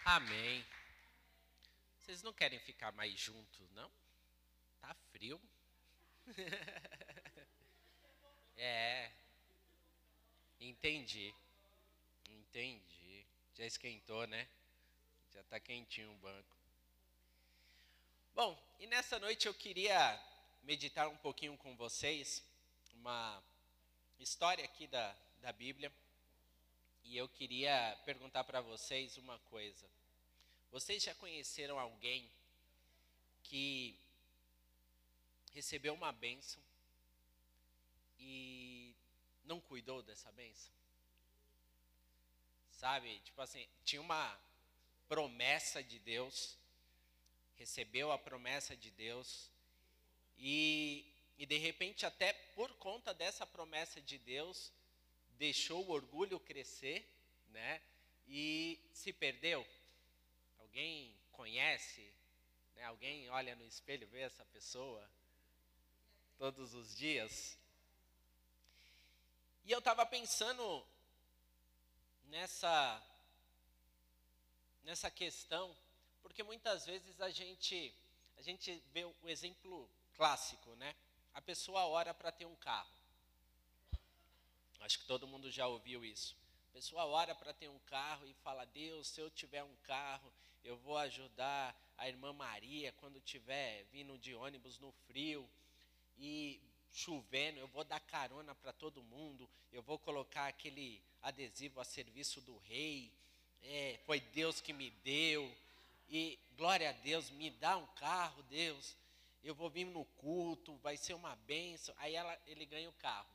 Amém. Vocês não querem ficar mais juntos, não? Tá frio. É, entendi. Entendi. Já esquentou, né? Já tá quentinho o banco. Bom, e nessa noite eu queria meditar um pouquinho com vocês uma história aqui da Bíblia. E eu queria perguntar para vocês uma coisa. Vocês já conheceram alguém que recebeu uma bênção e não cuidou dessa bênção? Sabe, tipo assim, tinha uma promessa de Deus, recebeu a promessa de Deus e de repente até por conta dessa promessa de Deus, deixou o orgulho crescer, né? E se perdeu. Alguém conhece, né? Alguém olha no espelho, vê essa pessoa todos os dias? E eu estava pensando nessa questão, porque muitas vezes a gente vê o exemplo clássico, né? A pessoa ora para ter um carro. Acho que todo mundo já ouviu isso. A pessoa ora para ter um carro e fala: Deus, se eu tiver um carro, eu vou ajudar a irmã Maria quando estiver vindo de ônibus no frio e chovendo, eu vou dar carona para todo mundo, eu vou colocar aquele adesivo a serviço do rei, foi Deus que me deu, e glória a Deus, me dá um carro, Deus, eu vou vir no culto, vai ser uma bênção. Aí ele ganha o carro.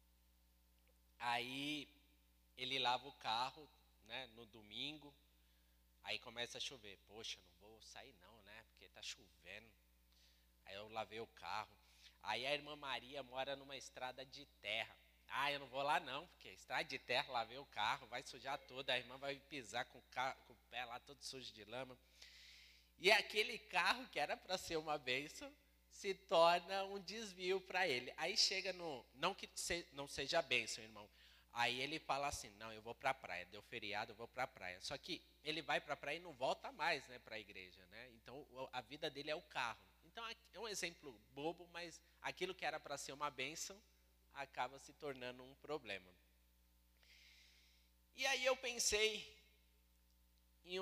Aí ele lava o carro, né, no domingo, aí começa a chover. Poxa, não vou sair não, né, porque está chovendo. Aí eu lavei o carro. Aí a irmã Maria mora numa estrada de terra. Ah, eu não vou lá não, porque estrada de terra, lavei o carro, vai sujar toda, a irmã vai pisar com o pé lá todo sujo de lama. E aquele carro que era para ser uma bênção, se torna um desvio para ele. Aí chega no, não que não seja bênção, irmão. Aí ele fala assim: não, eu vou para a praia, deu feriado, eu vou para a praia. Só que ele vai para a praia e não volta mais, né, para a igreja, né? Então a vida dele é o carro. Então é um exemplo bobo, mas aquilo que era para ser uma bênção acaba se tornando um problema. E aí eu pensei em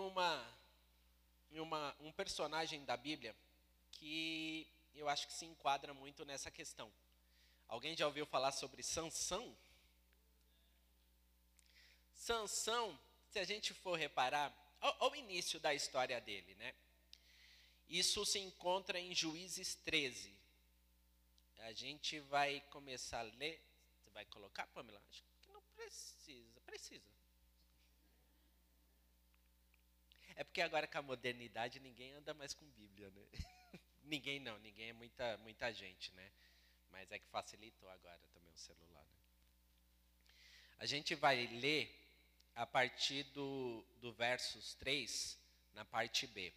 um personagem da Bíblia que eu acho que se enquadra muito nessa questão. Alguém já ouviu falar sobre Sansão? Sansão, se a gente for reparar, ao início da história dele, né? Isso se encontra em Juízes 13. A gente vai começar a ler. Você vai colocar, Pamela? Acho que não precisa. Precisa. É porque agora com a modernidade ninguém anda mais com Bíblia, né? Ninguém não, ninguém é muita gente, né? Mas é que facilitou agora também o celular, né? A gente vai ler a partir do versos 3, na parte B.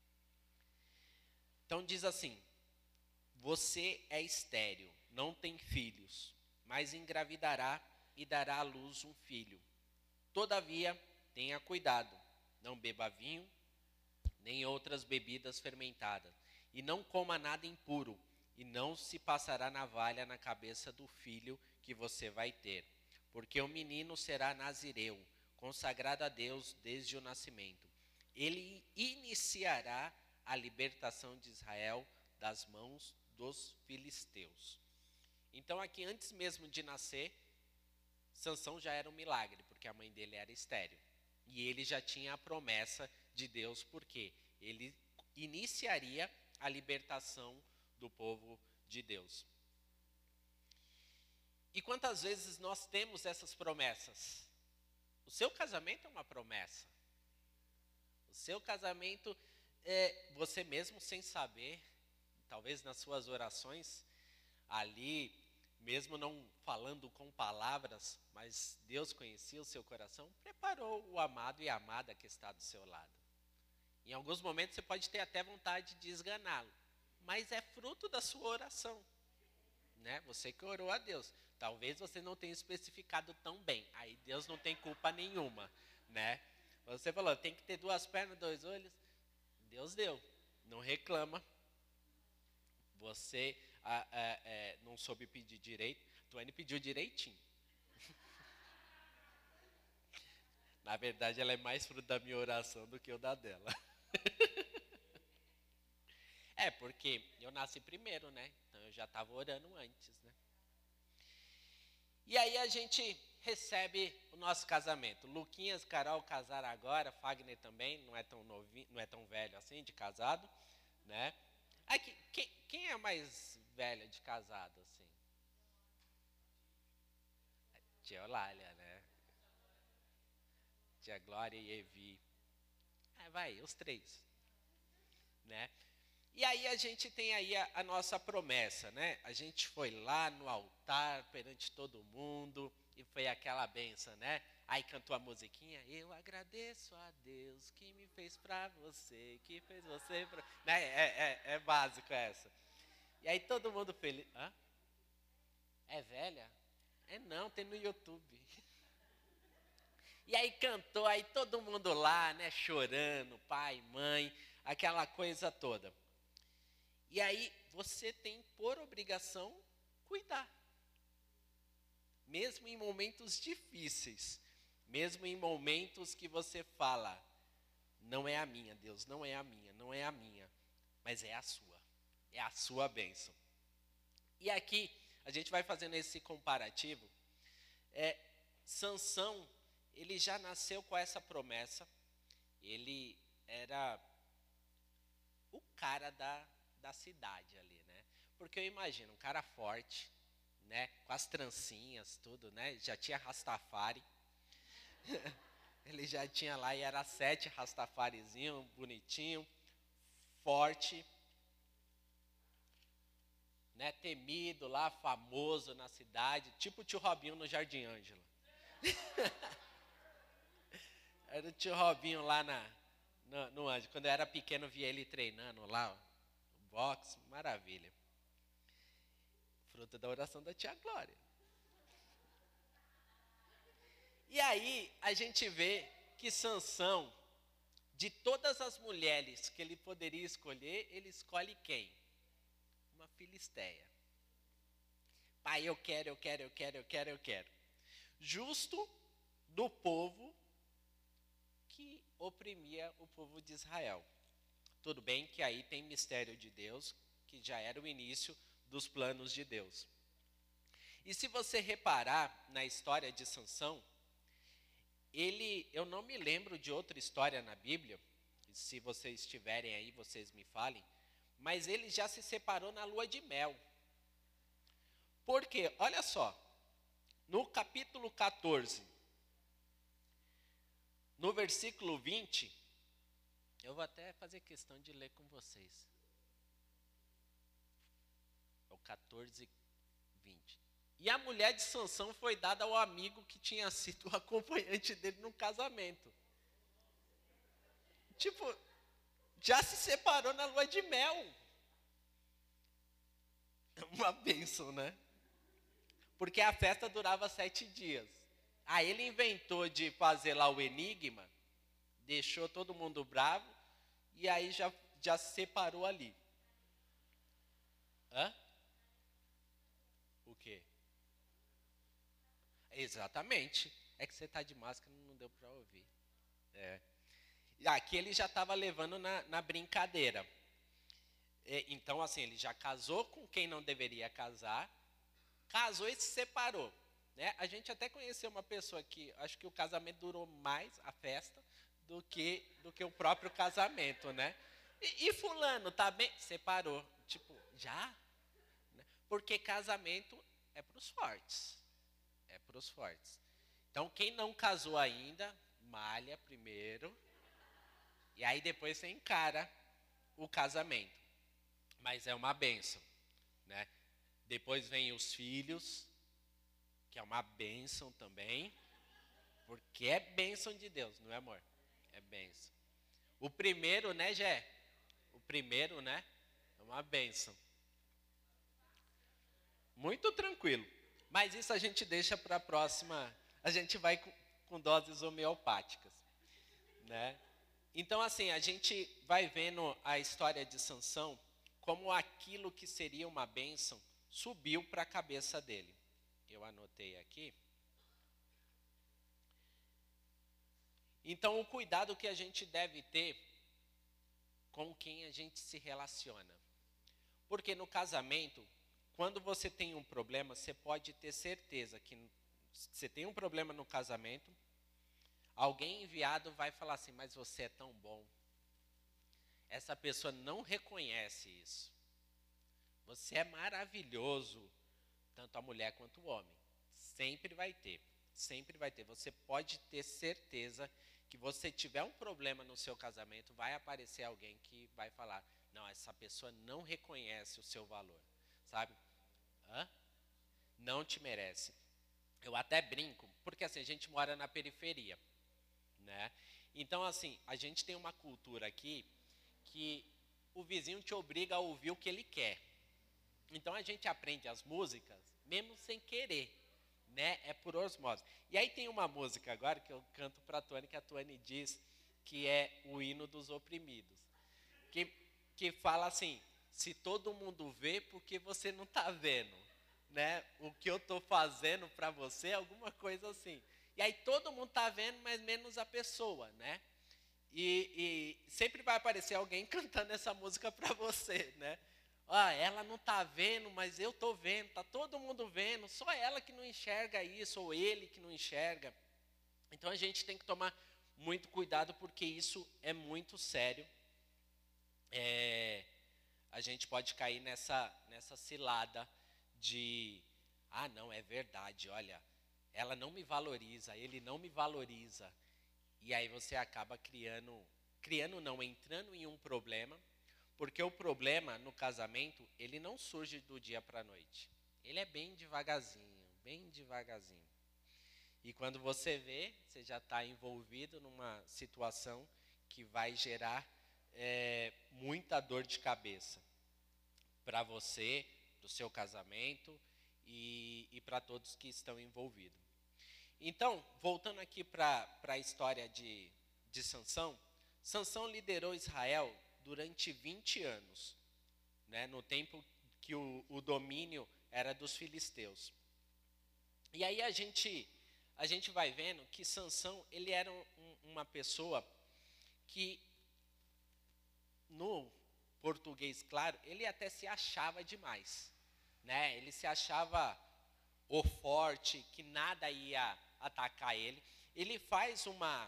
Então diz assim: você é estéril, não tem filhos, mas engravidará e dará à luz um filho. Todavia, tenha cuidado, não beba vinho, nem outras bebidas fermentadas, e não coma nada impuro, e não se passará navalha na cabeça do filho que você vai ter, porque o menino será nazireu, consagrado a Deus desde o nascimento. Ele iniciará a libertação de Israel das mãos dos filisteus. Então aqui, antes mesmo de nascer, Sansão já era um milagre, porque a mãe dele era estéril. E ele já tinha a promessa de Deus, porque ele iniciaria a libertação do povo de Deus. E quantas vezes nós temos essas promessas? O seu casamento é uma promessa. O seu casamento é você mesmo sem saber, talvez nas suas orações, ali, mesmo não falando com palavras, mas Deus conhecia o seu coração, preparou o amado e a amada que está do seu lado. Em alguns momentos você pode ter até vontade de esganá-lo, mas é fruto da sua oração, né? Você que orou a Deus. Talvez você não tenha especificado tão bem, aí Deus não tem culpa nenhuma, né? Você falou, tem que ter 2 pernas, 2 olhos. Deus deu. Não reclama. Você não soube pedir direito. Tuane pediu direitinho. Na verdade, ela é mais fruto da minha oração do que eu da dela. Porque eu nasci primeiro, né? Então eu já estava orando antes, né? E aí a gente recebe o nosso casamento. Luquinhas, Carol casaram agora, Fagner também, não é tão novinho, não é tão velho assim de casado, né? Aqui, quem é mais velha de casado assim? Tia Eulália, né? Tia Glória e Evi. Vai, os 3, né? E aí a gente tem aí a nossa promessa, né? A gente foi lá no altar perante todo mundo e foi aquela benção, né? Aí cantou a musiquinha, eu agradeço a Deus que me fez pra você, que fez você pra... Né? É básico essa. E aí todo mundo feliz. Hã? É velha? Não, tem no YouTube. E aí cantou, aí todo mundo lá, né? Chorando, pai, mãe, aquela coisa toda. E aí você tem por obrigação cuidar. Mesmo em momentos difíceis, mesmo em momentos que você fala, não é a minha, Deus, não é a minha, não é a minha, mas é a sua bênção. E aqui a gente vai fazendo esse comparativo. Sansão, ele já nasceu com essa promessa, ele era o cara da cidade ali, né? Porque eu imagino, um cara forte, né? Com as trancinhas, tudo, né? Já tinha Rastafari. Ele já tinha lá e era 7 Rastafarizinho, bonitinho, forte, né? Temido lá, famoso na cidade, tipo o tio Robinho no Jardim Ângela. Era o tio Robinho lá no Ângela. Quando eu era pequeno, via ele treinando lá, boxe, maravilha. Fruto da oração da tia Glória. E aí a gente vê que Sansão, de todas as mulheres que ele poderia escolher, ele escolhe quem? Uma filisteia. Pai, eu quero. Justo do povo que oprimia o povo de Israel. Tudo bem que aí tem mistério de Deus, que já era o início dos planos de Deus. E se você reparar na história de Sansão, eu não me lembro de outra história na Bíblia, se vocês tiverem aí, vocês me falem, mas ele já se separou na lua de mel. Por quê? Olha só, no capítulo 14, no versículo 20, eu vou até fazer questão de ler com vocês. É o 14, 20. E a mulher de Sansão foi dada ao amigo que tinha sido o acompanhante dele no casamento. Tipo, já se separou na lua de mel. Uma bênção, né? Porque a festa durava 7 dias. Aí ele inventou de fazer lá o enigma, deixou todo mundo bravo, e aí já se separou ali. Hã? O quê? Exatamente. É que você está de máscara, não deu para ouvir. Aqui ele já estava levando na brincadeira. Então, assim, ele já casou com quem não deveria casar, casou e se separou. Né? A gente até conheceu uma pessoa que, acho que o casamento durou mais, a festa, do que o próprio casamento, né? E fulano, tá bem? Separou. Tipo, já? Porque casamento é para os fortes. É para os fortes. Então, quem não casou ainda, malha primeiro. E aí depois você encara o casamento. Mas é uma bênção, né? Depois vem os filhos, que é uma bênção também. Porque é bênção de Deus, não é, amor? É bênção. O primeiro, né, Gé? O primeiro, né? É uma bênção. Muito tranquilo. Mas isso a gente deixa para a próxima. A gente vai com doses homeopáticas. né? Então, assim, a gente vai vendo a história de Sansão, como aquilo que seria uma bênção subiu para a cabeça dele. Eu anotei aqui. Então, o cuidado que a gente deve ter com quem a gente se relaciona. Porque no casamento, quando você tem um problema, você pode ter certeza que você tem um problema no casamento, alguém enviado vai falar assim, mas você é tão bom. Essa pessoa não reconhece isso. Você é maravilhoso, tanto a mulher quanto o homem. Sempre vai ter, sempre vai ter. Você pode ter certeza que você tiver um problema no seu casamento, vai aparecer alguém que vai falar, não, essa pessoa não reconhece o seu valor, sabe? Hã? Não te merece. Eu até brinco, porque assim, a gente mora na periferia, né? Então, assim, a gente tem uma cultura aqui que o vizinho te obriga a ouvir o que ele quer. Então, a gente aprende as músicas, mesmo sem querer, né? É por osmose. E aí tem uma música agora que eu canto para a Tuane, que a Tuane diz que é o hino dos oprimidos. Que fala assim, se todo mundo vê, por que você não está vendo? Né? O que eu estou fazendo para você, alguma coisa assim. E aí todo mundo está vendo, mas menos a pessoa, né? E sempre vai aparecer alguém cantando essa música para você, né? Ah, ela não está vendo, mas eu estou vendo, está todo mundo vendo, só ela que não enxerga isso, ou ele que não enxerga. Então a gente tem que tomar muito cuidado, porque isso é muito sério. A gente pode cair nessa cilada de, ah, não, é verdade, olha, ela não me valoriza, ele não me valoriza. E aí você acaba entrando em um problema, porque o problema no casamento, ele não surge do dia para a noite. Ele é bem devagarzinho, bem devagarzinho. E quando você vê, você já está envolvido numa situação que vai gerar muita dor de cabeça para você, para o seu casamento e para todos que estão envolvidos. Então, voltando aqui para a história de Sansão, Sansão liderou Israel durante 20 anos, né, no tempo que o domínio era dos filisteus. E aí a gente vai vendo que Sansão, ele era uma pessoa que, no português claro, ele até se achava demais, né? Ele se achava o forte, que nada ia atacar ele. Ele faz uma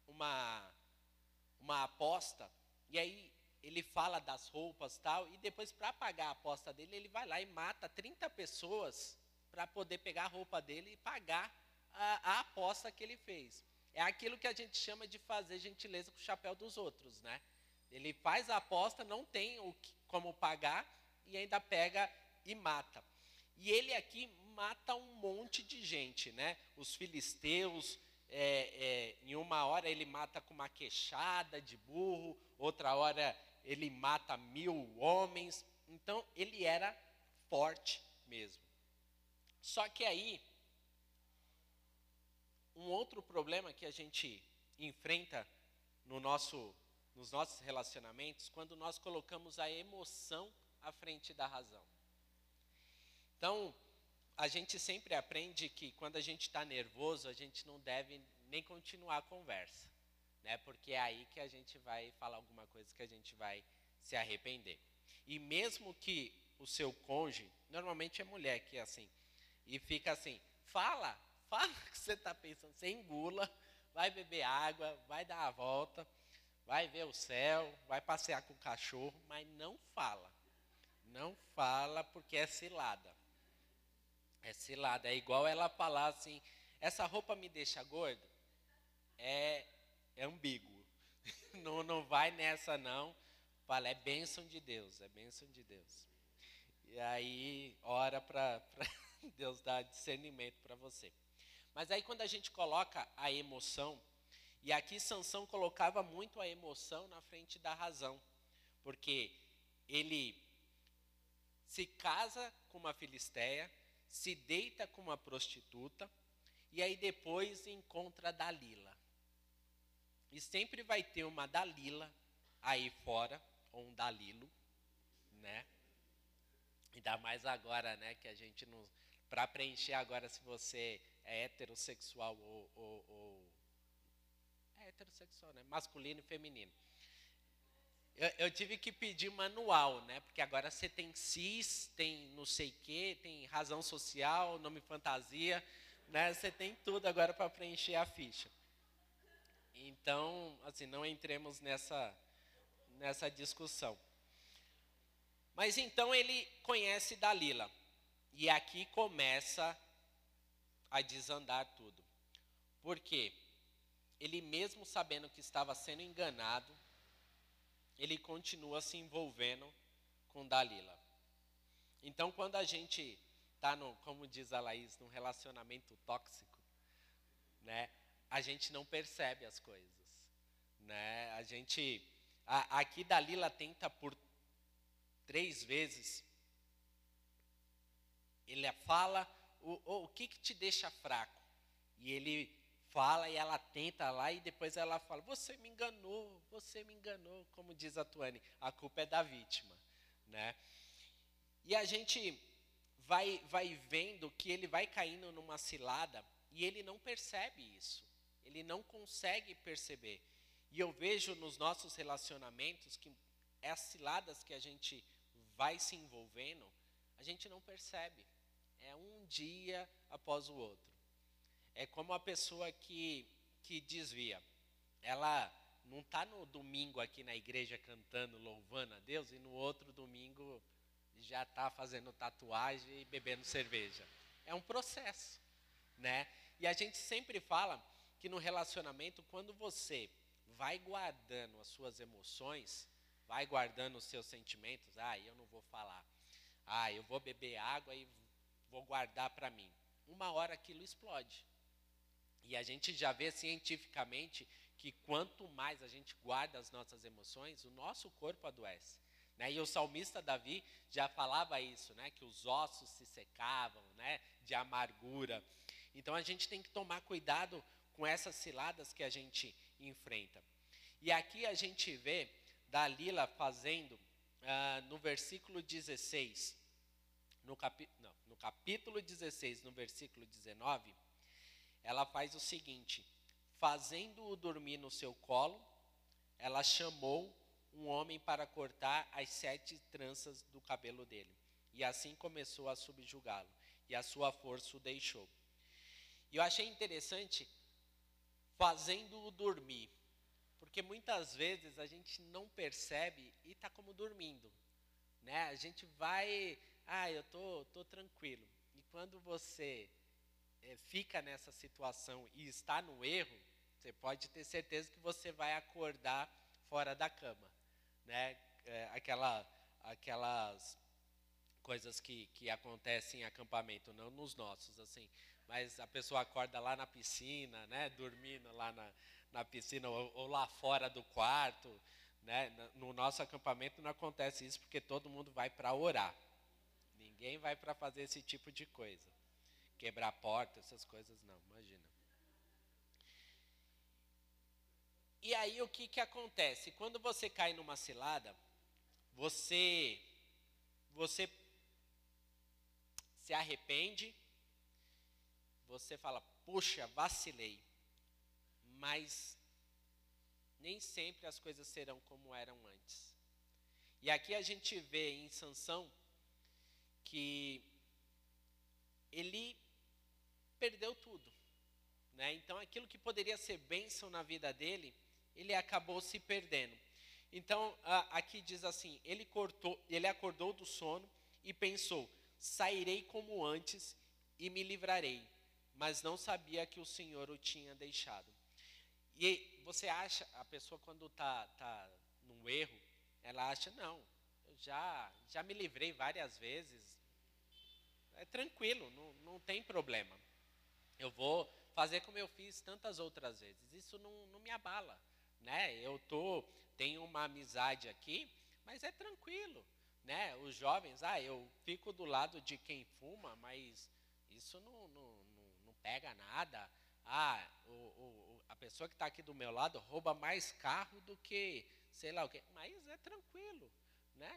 aposta, e aí ele fala das roupas e tal, e depois, para pagar a aposta dele, ele vai lá e mata 30 pessoas para poder pegar a roupa dele e pagar a aposta que ele fez. É aquilo que a gente chama de fazer gentileza com o chapéu dos outros, né? Ele faz a aposta, não tem como pagar, e ainda pega e mata. E ele aqui mata um monte de gente, né? Os filisteus, em uma hora ele mata com uma queixada de burro, outra hora ele mata 1000 homens. Então ele era forte mesmo. Só que aí, um outro problema que a gente enfrenta nos nossos relacionamentos, quando nós colocamos a emoção à frente da razão. Então, a gente sempre aprende que quando a gente está nervoso, a gente não deve nem continuar a conversa, né? Porque é aí que a gente vai falar alguma coisa que a gente vai se arrepender. E mesmo que o seu cônjuge, normalmente é mulher que é assim, e fica assim, fala o que você está pensando, você engula, vai beber água, vai dar a volta, vai ver o céu, vai passear com o cachorro, mas não fala. Não fala, porque é cilada. É cilada. É igual ela falar assim, essa roupa me deixa gorda. É ambíguo. Não vai nessa não. Fala, é bênção de Deus, é bênção de Deus. E aí, ora para Deus dar discernimento para você. Mas aí quando a gente coloca a emoção, e aqui Sansão colocava muito a emoção na frente da razão, porque ele se casa com uma filisteia, se deita com uma prostituta, e aí depois encontra Dalila. E sempre vai ter uma Dalila aí fora, ou um Dalilo, né? Ainda mais agora, né, que a gente não... Para preencher agora se você é heterossexual ou é heterossexual, né? Masculino e feminino. Eu tive que pedir manual, né? Porque agora você tem cis, tem não sei o quê, tem razão social, nome fantasia, né? Você tem tudo agora para preencher a ficha. Então, assim, não entremos nessa discussão. Mas então ele conhece Dalila. E aqui começa a desandar tudo. Por quê? Ele mesmo sabendo que estava sendo enganado, ele continua se envolvendo com Dalila. Então, quando a gente está, como diz a Laís, num relacionamento tóxico, né, a gente não percebe as coisas. Né? Aqui Dalila tenta por 3 vezes. Ele fala, o que te deixa fraco? E ele fala e ela tenta lá e depois ela fala, você me enganou, como diz a Tuane, a culpa é da vítima, né? E a gente vai vendo que ele vai caindo numa cilada e ele não percebe isso, ele não consegue perceber. E eu vejo nos nossos relacionamentos que as ciladas que a gente vai se envolvendo, a gente não percebe, é um dia após o outro. É como a pessoa que desvia. Ela não está no domingo aqui na igreja cantando, louvando a Deus, e no outro domingo já está fazendo tatuagem e bebendo cerveja. É um processo, né? E a gente sempre fala que no relacionamento, quando você vai guardando as suas emoções, vai guardando os seus sentimentos, eu não vou falar, eu vou beber água e vou guardar para mim. Uma hora aquilo explode. E a gente já vê cientificamente que quanto mais a gente guarda as nossas emoções, o nosso corpo adoece. Né? E o salmista Davi já falava isso, né? Que os ossos se secavam, né? De amargura. Então a gente tem que tomar cuidado com essas ciladas que a gente enfrenta. E aqui a gente vê Dalila fazendo, no versículo 16, no capítulo 16, no versículo 19, ela faz o seguinte: fazendo-o dormir no seu colo, ela chamou um homem para cortar as 7 tranças do cabelo dele. E assim começou a subjugá-lo, e a sua força o deixou. E eu achei interessante, fazendo-o dormir, porque muitas vezes a gente não percebe e está como dormindo. Né? A gente vai, eu tô tranquilo. E quando você fica nessa situação e está no erro, você pode ter certeza que você vai acordar fora da cama, né? Aquelas coisas que acontecem em acampamento, não nos nossos, assim, mas a pessoa acorda lá na piscina, né? Dormindo lá na piscina ou lá fora do quarto, né? No nosso acampamento não acontece isso porque todo mundo vai para orar. Ninguém vai para fazer esse tipo de coisa. Quebrar a porta, essas coisas não, imagina. E aí o que acontece? Quando você cai numa cilada, você se arrepende, você fala, puxa, vacilei. Mas nem sempre as coisas serão como eram antes. E aqui a gente vê em Sansão que ele perdeu tudo. Né? Então, aquilo que poderia ser bênção na vida dele, ele acabou se perdendo. Então, aqui diz assim, ele acordou do sono e pensou, sairei como antes e me livrarei, mas não sabia que o Senhor o tinha deixado. E você acha, a pessoa quando está num erro, ela acha, não, eu já me livrei várias vezes, é tranquilo, não tem problema. Eu vou fazer como eu fiz tantas outras vezes. Isso não me abala, né? Tenho uma amizade aqui, mas é tranquilo, né? Os jovens, eu fico do lado de quem fuma, mas isso não pega nada. a pessoa que está aqui do meu lado rouba mais carro do que sei lá o quê. Mas é tranquilo, né?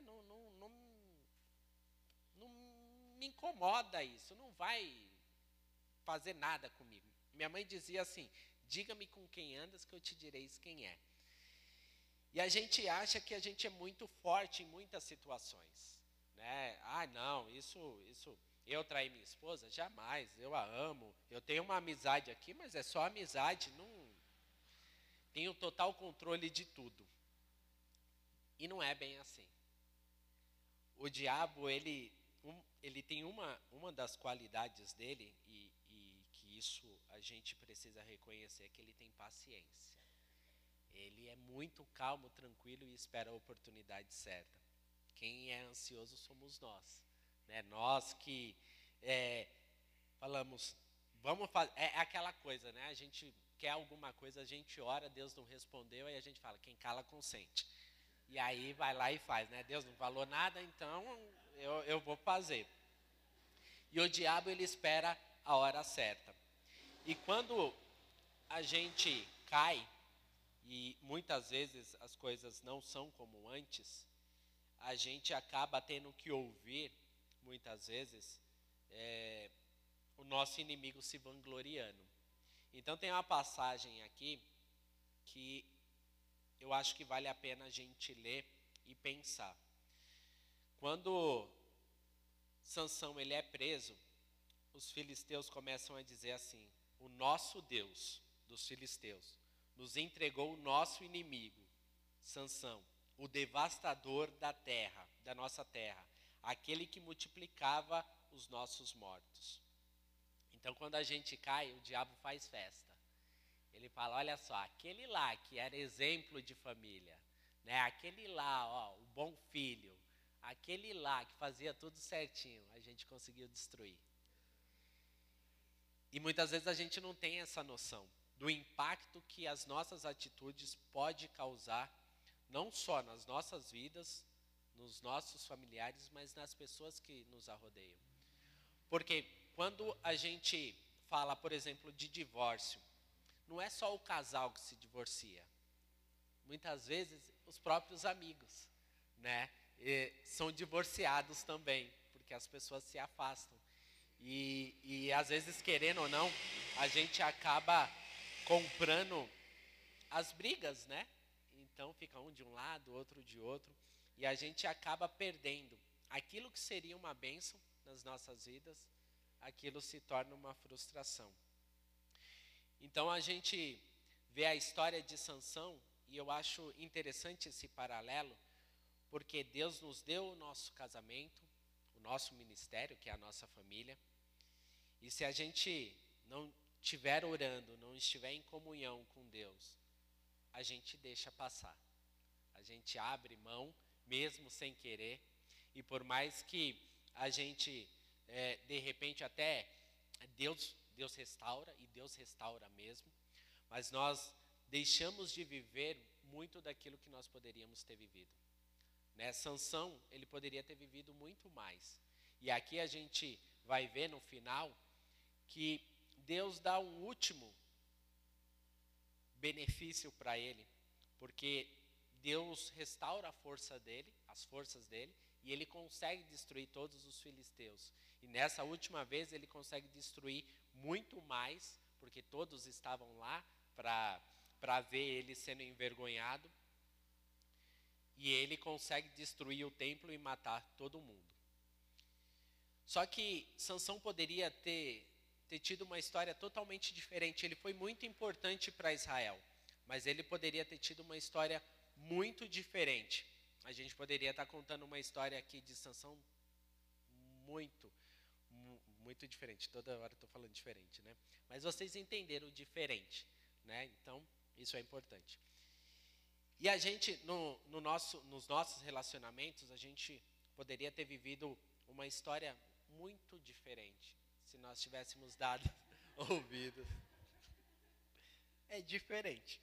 Não me incomoda isso, não vai fazer nada comigo. Minha mãe dizia assim, diga-me com quem andas que eu te direis quem é. E a gente acha que a gente é muito forte em muitas situações, né? Ah, não, isso, eu trair minha esposa? Jamais, eu a amo, eu tenho uma amizade aqui, mas é só amizade, não tenho total controle de tudo. E não é bem assim. O diabo, ele tem uma das qualidades dele, e que isso a gente precisa reconhecer, que ele tem paciência. Ele é muito calmo, tranquilo e espera a oportunidade certa. Quem é ansioso somos nós, né? Nós que falamos, vamos fazer, é aquela coisa, né? A gente quer alguma coisa, a gente ora, Deus não respondeu, aí a gente fala, quem cala consente. E aí vai lá e faz, né? Deus não falou nada, então eu vou fazer. E o diabo, ele espera a hora certa. E quando a gente cai, e muitas vezes as coisas não são como antes, a gente acaba tendo que ouvir, muitas vezes, o nosso inimigo se vangloriando. Então tem uma passagem aqui que eu acho que vale a pena a gente ler e pensar. Quando Sansão ele é preso, os filisteus começam a dizer assim, o nosso Deus dos filisteus nos entregou o nosso inimigo, Sansão, o devastador da terra, da nossa terra, aquele que multiplicava os nossos mortos. Então, quando a gente cai, o diabo faz festa. Ele fala, olha só, aquele lá que era exemplo de família, né? Aquele lá, ó, o bom filho, aquele lá que fazia tudo certinho, a gente conseguiu destruir. E muitas vezes a gente não tem essa noção do impacto que as nossas atitudes podem causar, não só nas nossas vidas, nos nossos familiares, mas nas pessoas que nos arrodeiam. Porque quando a gente fala, por exemplo, de divórcio, não é só o casal que se divorcia. Muitas vezes os próprios amigos, né, são divorciados também, porque as pessoas se afastam. E às vezes, querendo ou não, a gente acaba comprando as brigas, né? Então fica um de um lado, outro de outro, e a gente acaba perdendo aquilo que seria uma bênção nas nossas vidas, aquilo se torna uma frustração. Então a gente vê a história de Sansão, e eu acho interessante esse paralelo, porque Deus nos deu o nosso casamento, o nosso ministério, que é a nossa família, e se a gente não estiver orando, não estiver em comunhão com Deus, a gente deixa passar. A gente abre mão, mesmo sem querer, e por mais que a gente, de repente, até Deus restaura, e Deus restaura mesmo, mas nós deixamos de viver muito daquilo que nós poderíamos ter vivido. Né? Sansão, ele poderia ter vivido muito mais. E aqui a gente vai ver no final que Deus dá um último benefício para ele, porque Deus restaura a força dele, as forças dele, e ele consegue destruir todos os filisteus. E nessa última vez ele consegue destruir muito mais, porque todos estavam lá para ver ele sendo envergonhado. E ele consegue destruir o templo e matar todo mundo. Só que Sansão poderia ter tido uma história totalmente diferente. Ele foi muito importante para Israel, mas ele poderia ter tido uma história muito diferente. A gente poderia estar contando uma história aqui de Sansão muito diferente. Toda hora estou falando diferente, né? Mas vocês entenderam o diferente, né? Então, isso é importante. E a gente, nos nossos relacionamentos, a gente poderia ter vivido uma história muito diferente, se nós tivéssemos dado ouvido. É diferente.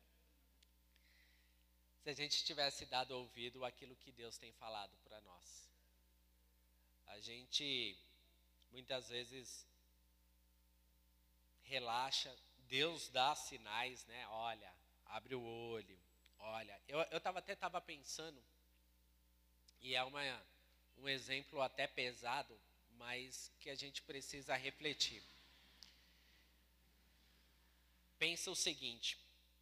Se a gente tivesse dado ouvido àquilo que Deus tem falado para nós. A gente, muitas vezes, relaxa, Deus dá sinais, né? Olha, abre o olho. Olha, eu até estava pensando, e é um exemplo até pesado, mas que a gente precisa refletir. Pensa o seguinte,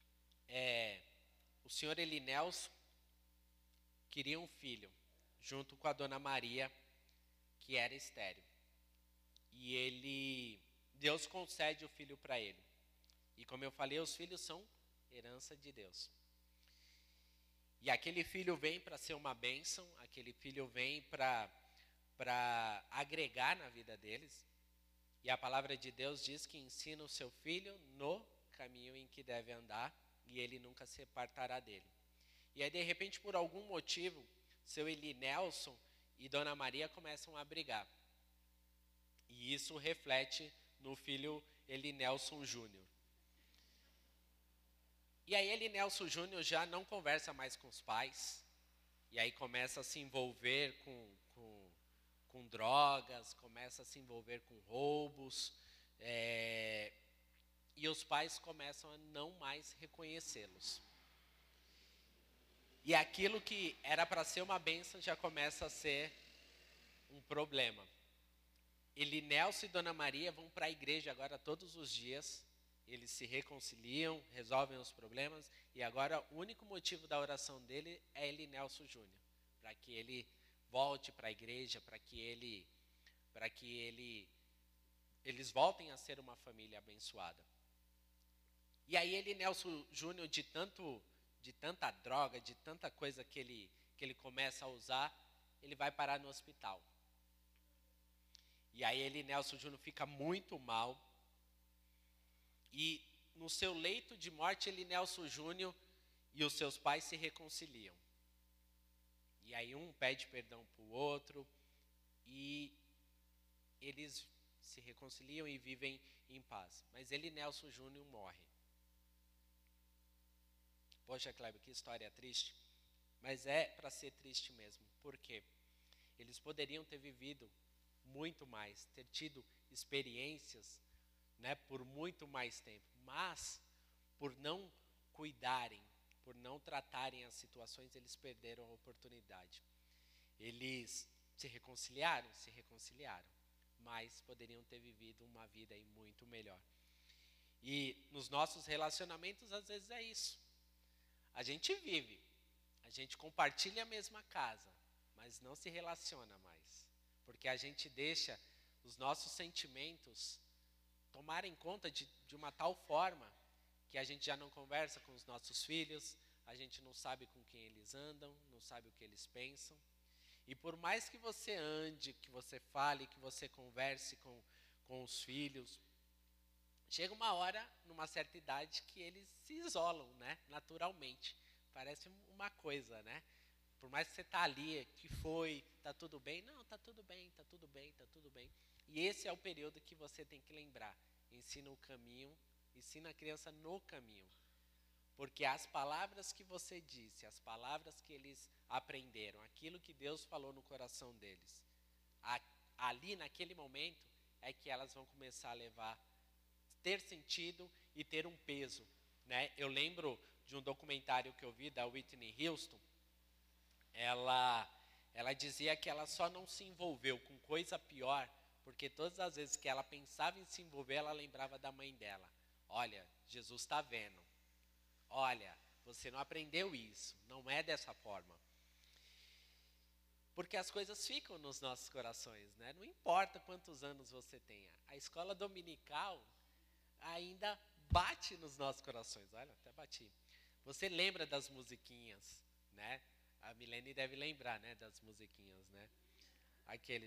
o senhor Elinelson queria um filho, junto com a dona Maria, que era estéril. E Deus concede o filho para ele. E como eu falei, os filhos são herança de Deus. E aquele filho vem para ser uma bênção, aquele filho vem para agregar na vida deles. E a palavra de Deus diz que ensina o seu filho no caminho em que deve andar, e ele nunca se apartará dele. E aí, de repente, por algum motivo, seu Elinelson e Dona Maria começam a brigar. E isso reflete no filho Elinelson Júnior. E aí Elinelson Júnior já não conversa mais com os pais, e aí começa a se envolver com drogas, começa a se envolver com roubos, e os pais começam a não mais reconhecê-los. E aquilo que era para ser uma bênção já começa a ser um problema. Elinelson e Dona Maria vão para a igreja agora todos os dias, eles se reconciliam, resolvem os problemas, e agora o único motivo da oração dele é Elinelson Júnior, para que ele volte para a igreja, para que eles voltem a ser uma família abençoada. E aí Elinelson Júnior, de tanta droga, de tanta coisa que ele começa a usar, ele vai parar no hospital. E aí Elinelson Júnior fica muito mal. E no seu leito de morte, Elinelson Júnior e os seus pais se reconciliam. E aí um pede perdão para o outro, e eles se reconciliam e vivem em paz. Mas Elinelson Júnior morre. Poxa, Kleber, que história triste. Mas é para ser triste mesmo. Por quê? Eles poderiam ter vivido muito mais, ter tido experiências, né, por muito mais tempo. Mas, por não cuidarem, por não tratarem as situações, eles perderam a oportunidade. Eles se reconciliaram, mas poderiam ter vivido uma vida aí muito melhor. E nos nossos relacionamentos, às vezes é isso. A gente vive, a gente compartilha a mesma casa, mas não se relaciona mais. Porque a gente deixa os nossos sentimentos tomarem conta de uma tal forma que a gente já não conversa com os nossos filhos, a gente não sabe com quem eles andam, não sabe o que eles pensam. E por mais que você ande, que você fale, que você converse com os filhos, chega uma hora, numa certa idade, que eles se isolam, né? Naturalmente. Parece uma coisa, né? Por mais que você está ali, que foi, está tudo bem? Não, está tudo bem, está tudo bem, está tudo bem. E esse é o período que você tem que lembrar. Ensina o caminho, ensina a criança no caminho. Porque as palavras que você disse, as palavras que eles aprenderam, aquilo que Deus falou no coração deles, ali naquele momento é que elas vão começar a ter sentido e ter um peso, né? Eu lembro de um documentário que eu vi da Whitney Houston. Ela dizia que ela só não se envolveu com coisa pior porque todas as vezes que ela pensava em se envolver, ela lembrava da mãe dela. Olha, Jesus está vendo. Olha, você não aprendeu isso. Não é dessa forma. Porque as coisas ficam nos nossos corações, né? Não importa quantos anos você tenha. A escola dominical ainda bate nos nossos corações. Olha, até bati. Você lembra das musiquinhas, né? A Milene deve lembrar, né, das musiquinhas, né? Aquele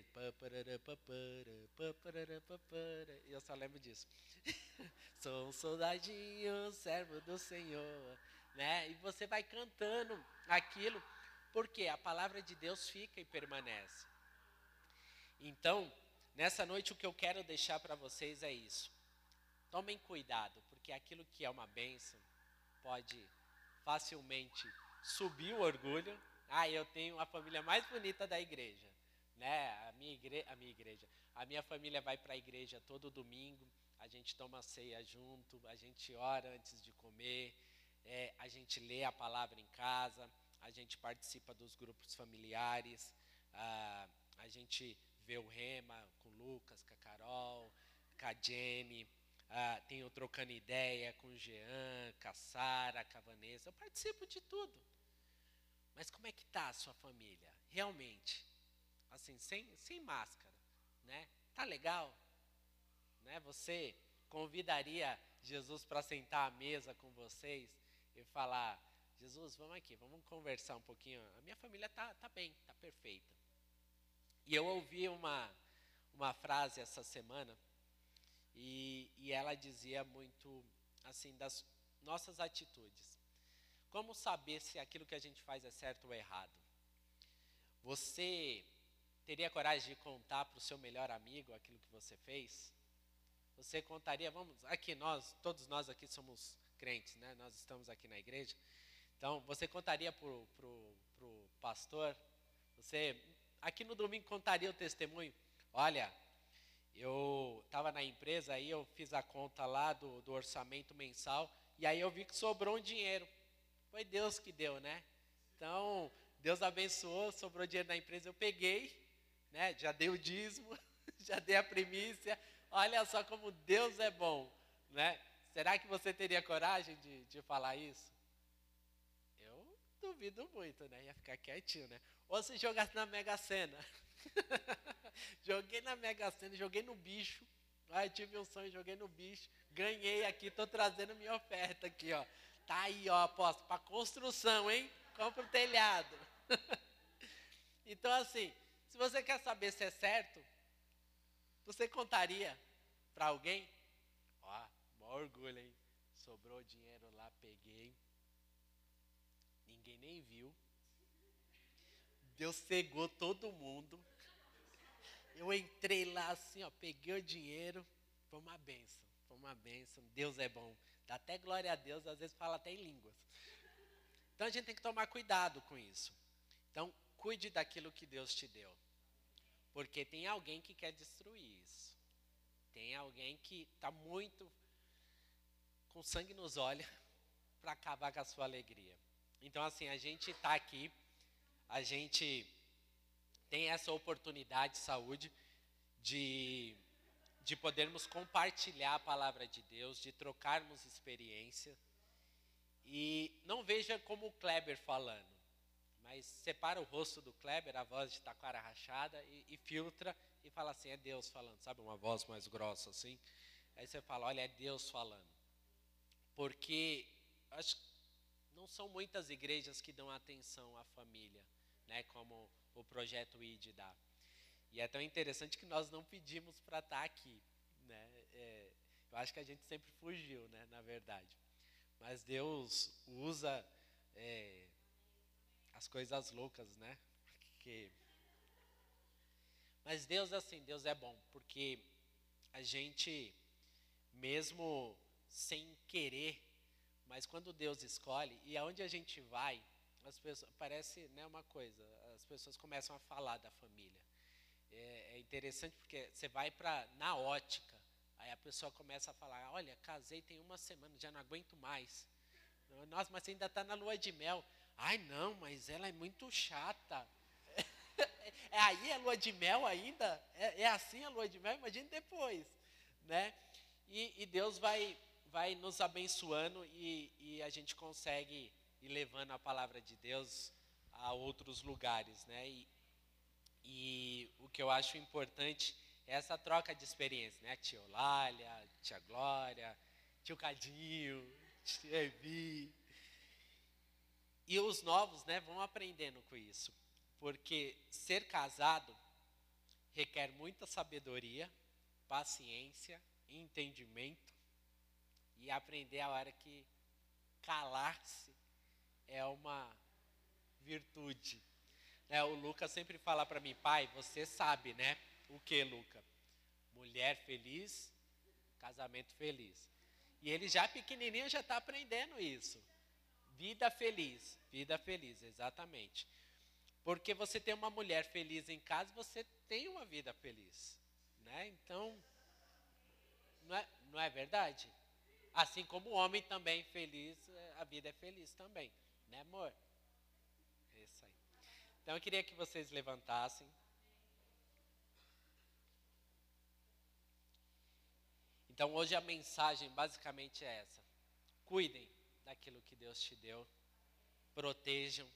e eu só lembro disso. Sou um soldadinho, servo do Senhor, né? E você vai cantando aquilo, porque a palavra de Deus fica e permanece. Então, nessa noite o que eu quero deixar para vocês é isso. Tomem cuidado, porque aquilo que é uma bênção pode facilmente subir o orgulho. Eu tenho a família mais bonita da igreja, né? A minha família vai para a igreja todo domingo. a gente toma ceia junto, a gente ora antes de comer, a gente lê a palavra em casa, a gente participa dos grupos familiares, a gente vê o Rema com o Lucas, com a Carol, com a Jenny, tenho trocando ideia com o Jean, com a Sara, com a Vanessa, eu participo de tudo. Mas como é que está a sua família? Realmente, assim, sem máscara, né? Tá legal? Né? Você convidaria Jesus para sentar à mesa com vocês e falar, Jesus, vamos aqui, vamos conversar um pouquinho. A minha família tá bem, tá perfeita. E eu ouvi uma frase essa semana e ela dizia muito assim das nossas atitudes. Como saber se aquilo que a gente faz é certo ou errado? Você teria coragem de contar para o seu melhor amigo aquilo que você fez? Você contaria, aqui todos nós aqui somos crentes, né? Nós estamos aqui na igreja. Então, você contaria pro pastor? Você, aqui no domingo, contaria o testemunho? Olha, eu estava na empresa, aí eu fiz a conta lá do orçamento mensal, e aí eu vi que sobrou um dinheiro. Foi Deus que deu, né? Então, Deus abençoou, sobrou dinheiro na empresa, eu peguei, né? Já dei o dízimo, já dei a primícia. Olha só como Deus é bom, né? Será que você teria coragem de falar isso? Eu duvido muito, né? Ia ficar quietinho, né? Ou se jogasse na Mega Sena. Joguei na Mega Sena, joguei no bicho. Eu tive um sonho, joguei no bicho. Ganhei aqui, estou trazendo minha oferta aqui, ó. Tá aí, ó, aposto, para construção, hein? Compra o telhado. Então, assim, se você quer saber se é certo, você contaria para alguém? Ó, maior orgulho, hein? Sobrou dinheiro lá, peguei. Ninguém nem viu. Deus cegou todo mundo. Eu entrei lá assim, ó, peguei o dinheiro. Foi uma bênção, foi uma bênção. Deus é bom. Dá até glória a Deus, às vezes fala até em línguas. Então a gente tem que tomar cuidado com isso. Então, cuide daquilo que Deus te deu. Porque tem alguém que quer destruir isso. Tem alguém que está muito com sangue nos olhos para acabar com a sua alegria. Então, assim, a gente está aqui, a gente tem essa oportunidade de saúde de podermos compartilhar a palavra de Deus, de trocarmos experiência. E não veja como o Kleber falando, mas separa o rosto do Kleber, a voz de taquara rachada, e filtra e fala assim, é Deus falando, sabe, uma voz mais grossa assim. Aí você fala, olha, é Deus falando. Porque acho que não são muitas igrejas que dão atenção à família, né, como o Projeto ID dá. E é tão interessante que nós não pedimos para estar aqui, né? Eu acho que a gente sempre fugiu, né, na verdade. Mas Deus usa as coisas loucas, né? Mas Deus, assim, Deus é bom, porque a gente, mesmo sem querer, mas quando Deus escolhe, e aonde a gente vai, as pessoas, parece, né, uma coisa, as pessoas começam a falar da família. É interessante porque você vai na ótica, aí a pessoa começa a falar, olha, casei tem uma semana, já não aguento mais. Nossa, mas você ainda está na lua de mel. Ai, não, mas ela é muito chata. Aí a lua de mel ainda? É assim a lua de mel? Imagine depois, né? E Deus vai nos abençoando e a gente consegue ir levando a palavra de Deus a outros lugares, né? E o que eu acho importante é essa troca de experiência, né? Tia Eulália, tia Glória, tio Cadinho, tia Evi. E os novos, né, vão aprendendo com isso. Porque ser casado requer muita sabedoria, paciência, entendimento e aprender a hora que calar-se é uma virtude. O Lucas sempre fala para mim, pai, você sabe, né? O que, Luca? Mulher feliz, casamento feliz. E ele já pequenininho já está aprendendo isso. Vida feliz, exatamente. Porque você tem uma mulher feliz em casa, você tem uma vida feliz, né? Então, Não é verdade? Assim como o homem também feliz, a vida é feliz também. Né, amor? É isso aí. Então eu queria que vocês levantassem. Então hoje a mensagem basicamente é essa. Cuidem daquilo que Deus te deu. Protejam.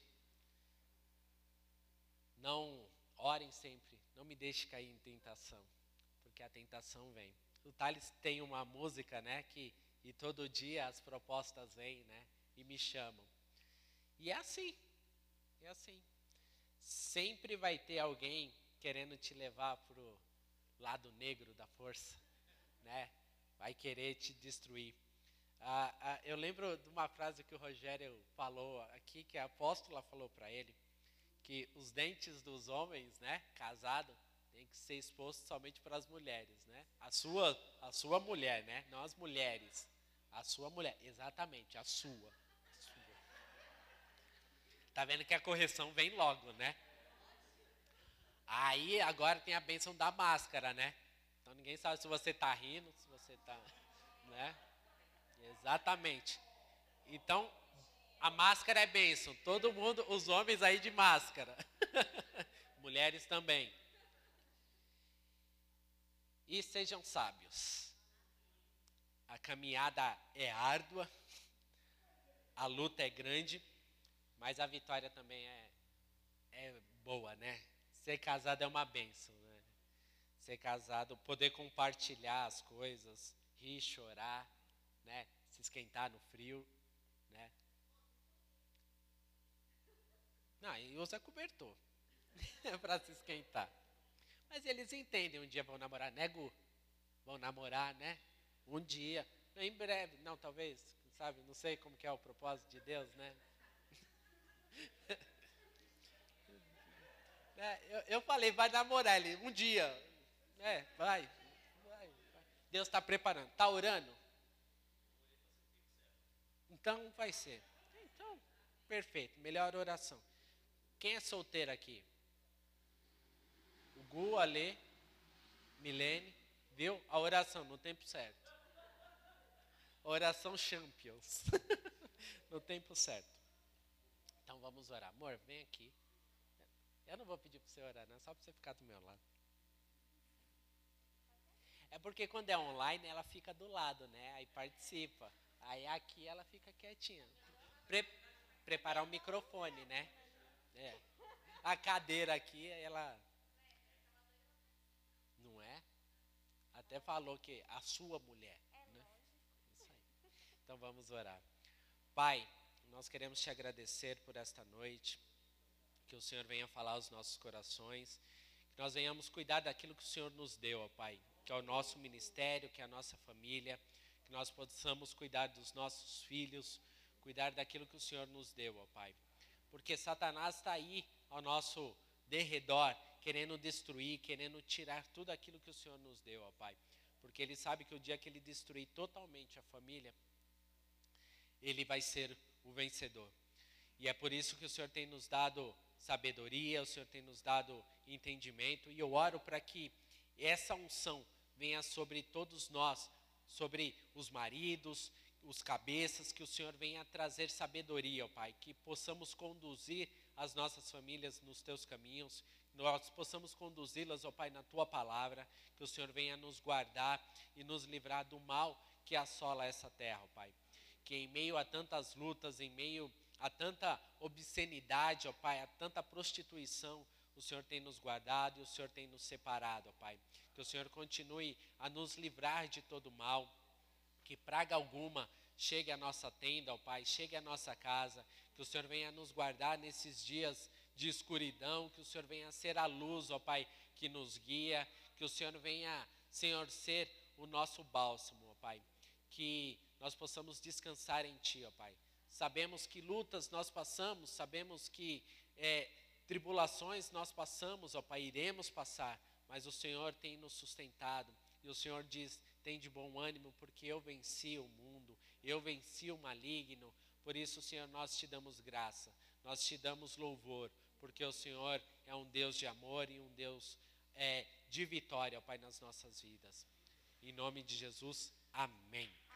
Não orem sempre. Não me deixe cair em tentação. Porque a tentação vem. O Thales tem uma música, né? E todo dia as propostas vêm, né? E me chamam. E é assim. É assim. Sempre vai ter alguém querendo te levar pro lado negro da força, né? Vai querer te destruir. Eu lembro de uma frase que o Rogério falou aqui, que a apóstola falou para ele, que os dentes dos homens, né, casado, tem que ser exposto somente para as mulheres, né? A sua mulher, né? Não as mulheres. A sua mulher, exatamente, a sua. Tá vendo que a correção vem logo, né? Aí agora tem a bênção da máscara, né? Então ninguém sabe se você tá rindo, se você tá, né? Exatamente. Então a máscara é bênção. Todo mundo, os homens aí de máscara. Mulheres também. E sejam sábios. A caminhada é árdua, a luta é grande, mas a vitória também é boa, né? Ser casado é uma bênção, né? Ser casado, poder compartilhar as coisas, rir, chorar, né? Se esquentar no frio, né? Não, e usa cobertor para se esquentar. Mas eles entendem, um dia vão namorar, né, Gu? Vão namorar, né? Um dia, em breve, não, talvez, sabe? Não sei como que é o propósito de Deus, né? Eu falei, vai namorar ele um dia. Vai. Deus está preparando. Está orando? Então vai ser. Então, perfeito. Melhor oração. Quem é solteiro aqui? O Gu, a Lê, Milene. Viu? A oração no tempo certo. Oração Champions. No tempo certo. Então vamos orar. Amor, vem aqui. Eu não vou pedir para você orar, não. Só para você ficar do meu lado. É porque quando é online, ela fica do lado, né? Aí participa. Aí aqui ela fica quietinha. Preparar o microfone, né? É. A cadeira aqui, ela... Não é? Até falou que a sua mulher, né? Isso aí. Então vamos orar. Pai, nós queremos te agradecer por esta noite. Que o Senhor venha falar aos nossos corações. Que nós venhamos cuidar daquilo que o Senhor nos deu, ó Pai. Que é o nosso ministério, que é a nossa família. Que nós possamos cuidar dos nossos filhos. Cuidar daquilo que o Senhor nos deu, ó Pai. Porque Satanás está aí ao nosso derredor, querendo destruir, querendo tirar tudo aquilo que o Senhor nos deu, ó Pai. Porque ele sabe que o dia que ele destruir totalmente a família, ele vai ser o vencedor. E é por isso que o Senhor tem nos dado sabedoria, o Senhor tem nos dado entendimento. E eu oro para que essa unção venha sobre todos nós, sobre os maridos, os cabeças, que o Senhor venha trazer sabedoria, ó Pai. Que possamos conduzir as nossas famílias nos teus caminhos, nós possamos conduzi-las, ó Pai, na tua palavra. Que o Senhor venha nos guardar e nos livrar do mal que assola essa terra, ó Pai. Que em meio a tantas lutas, em meio a tanta obscenidade, ó Pai, a tanta prostituição, o Senhor tem nos guardado e o Senhor tem nos separado, ó Pai. Que o Senhor continue a nos livrar de todo mal, que praga alguma chegue à nossa tenda, ó Pai, chegue à nossa casa, que o Senhor venha nos guardar nesses dias de escuridão, que o Senhor venha ser a luz, ó Pai, que nos guia, que o Senhor venha, Senhor, ser o nosso bálsamo, ó Pai, que nós possamos descansar em Ti, ó Pai. Sabemos que lutas nós passamos, sabemos que tribulações nós passamos, ó Pai, iremos passar, mas o Senhor tem nos sustentado. E o Senhor diz, tem de bom ânimo, porque eu venci o mundo, eu venci o maligno. Por isso, Senhor, nós te damos graça, nós te damos louvor, porque o Senhor é um Deus de amor e um Deus de vitória, ó Pai, nas nossas vidas. Em nome de Jesus, Amém.